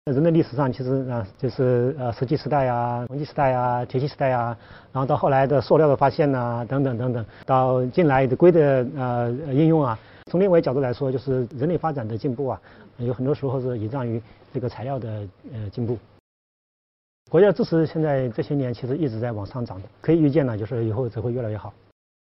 人类历史上其实就是石器时代啊、铜器时代啊、铁器时代啊，然后到后来的塑料的发现呐、等等等等，到近来的硅的应用啊。从另外一个角度来说，就是人类发展的进步啊，有很多时候是依仗于这个材料的进步。国家支持现在这些年其实一直在往上涨的，可以预见呢，就是以后只会越来越好。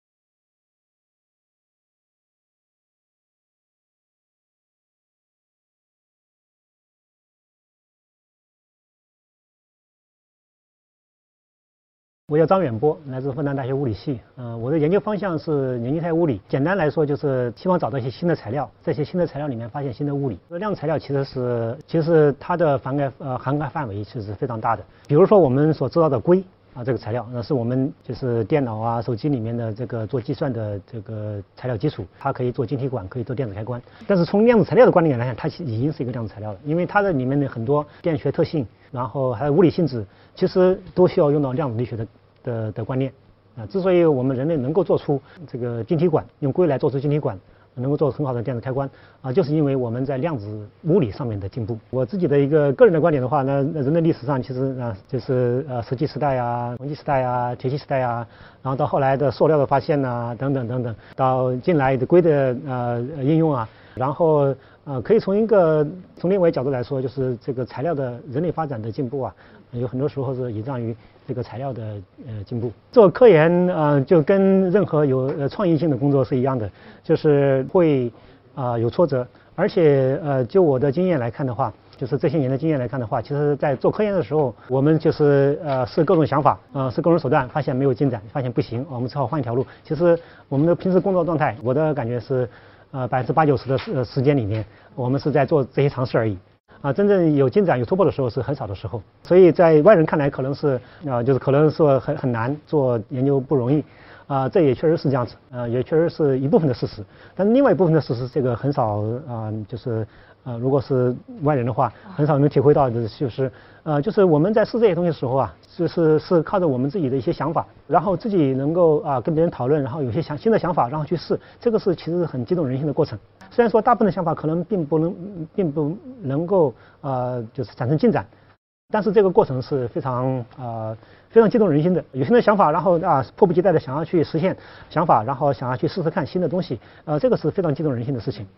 我叫张远波，来自复旦大学物理系。我的研究方向是凝聚态物理。简单来说，就是希望找到一些新的材料，在这些新的材料里面发现新的物理。量子材料其实它的涵盖范围其实是非常大的。比如说我们所知道的硅这个材料，那是我们就是电脑啊、手机里面的这个做计算的这个材料基础，它可以做晶体管，可以做电子开关。但是从量子材料的观点来看，它已经是一个量子材料了，因为它的里面的很多电学特性，然后还有物理性质，其实都需要用到量子力学的观念。之所以我们人类能够做出这个晶体管，用硅来做出晶体管，能够做很好的电子开关就是因为我们在量子物理上面的进步。我自己的一个个人的观点的话呢，人类历史上其实就是石器时代啊、铜器时代啊、铁器时代啊，然后到后来的塑料的发现呐、等等等等，到近来的硅的应用啊，然后可以从另外一个角度来说，就是这个材料的人类发展的进步啊，有很多时候是依仗于这个材料的进步。做科研就跟任何有创意性的工作是一样的，就是会有挫折，而且就我的经验来看的话，就是这些年的经验来看的话，其实在做科研的时候，我们就是试各种想法试各种手段，发现没有进展，发现不行，我们只好换一条路。其实我们的平时工作状态，我的感觉是80%-90%的时间里面，我们是在做这些尝试而已。真正有进展、有突破的时候是很少的时候，所以在外人看来可能是可能说很难做研究不容易这也确实是这样子也确实是一部分的事实，但是另外一部分的事实这个很少如果是外人的话，很少能体会到的就是我们在试这些东西的时候是靠着我们自己的一些想法，然后自己能够跟别人讨论，然后有些新的想法，然后去试，这个是其实很激动人心的过程。虽然说大部分的想法可能并不能够就是产生进展，但是这个过程是非常激动人心的。有新的想法，然后迫不及待的想要去实现想法，然后想要去试试看新的东西，这个是非常激动人心的事情。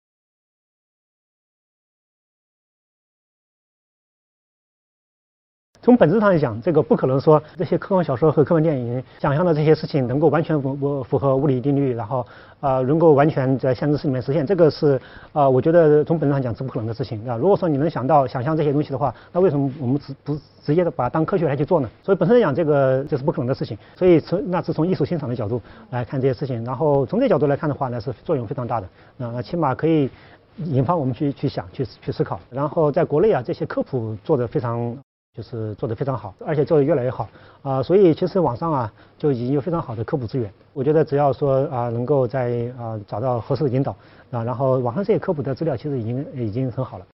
从本质上来讲，这个不可能说这些科幻小说和科幻电影想象的这些事情能够完全符合物理定律，然后能够完全在现实世里面实现，这个是我觉得从本质上讲是不可能的事情如果说你能想象这些东西的话，那为什么我们不直接的把它当科学来去做呢？所以本身来讲，这个就是不可能的事情。所以那是从艺术欣赏的角度来看这些事情，然后从这角度来看的话呢，是作用非常大的。那起码可以引发我们去想、去思考。然后在国内这些科普做得非常好，而且做得越来越好所以其实网上就已经有非常好的科普资源。我觉得只要说能够在找到合适的引导然后网上这些科普的资料其实已经很好了。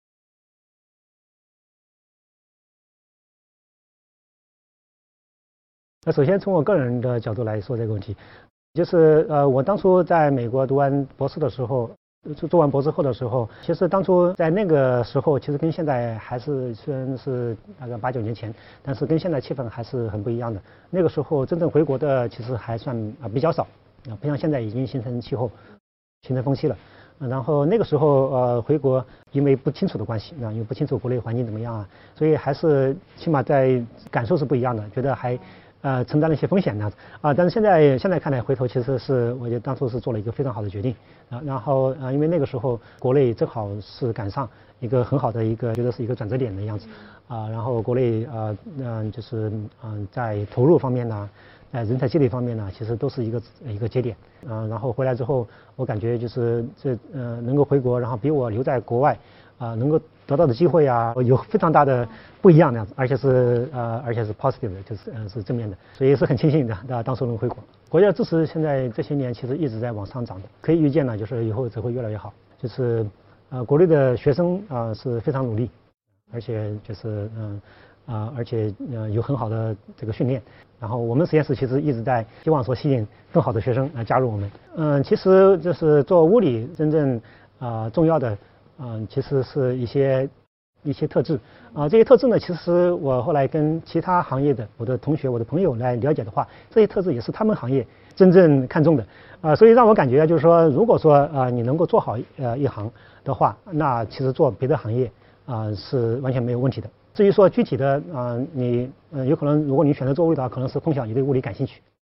那首先从我个人的角度来说这个问题，就是我当初在美国读完博士的时候。做完博士后的时候，其实当初在那个时候，其实跟现在还是虽然是大概8-9年前，但是跟现在气氛还是很不一样的。那个时候真正回国的其实还算比较少不像现在已经形成气候、形成风气了。然后那个时候回国，因为不清楚的关系因为不清楚国内环境怎么样所以还是起码在感受是不一样的，觉得还承担了一些风险但是现在看来回头其实是我觉得当初是做了一个非常好的决定然后因为那个时候国内正好是赶上一个很好的觉得是一个转折点的样子然后国内就是在投入方面在人才积累方面其实都是一个节点然后回来之后我感觉就是能够回国，然后比我留在国外能够得到的机会有非常大的不一样的样子，而且是 positive 的，是正面的，所以是很庆幸的当初能回国。国家支持现在这些年其实一直在往上涨的，可以预见呢，就是以后只会越来越好。就是国内的学生是非常努力，而且就是有很好的这个训练。然后我们实验室其实一直在希望说吸引更好的学生加入我们。其实就是做物理真正重要的其实是一些一些特质这些特质呢，其实我后来跟其他行业的我的同学、我的朋友来了解的话，这些特质也是他们行业真正看重的所以让我感觉就是说，如果说你能够做好一行的话，那其实做别的行业是完全没有问题的。至于说具体的你有可能如果你选择做物理的话，可能是碰巧你对物理感兴趣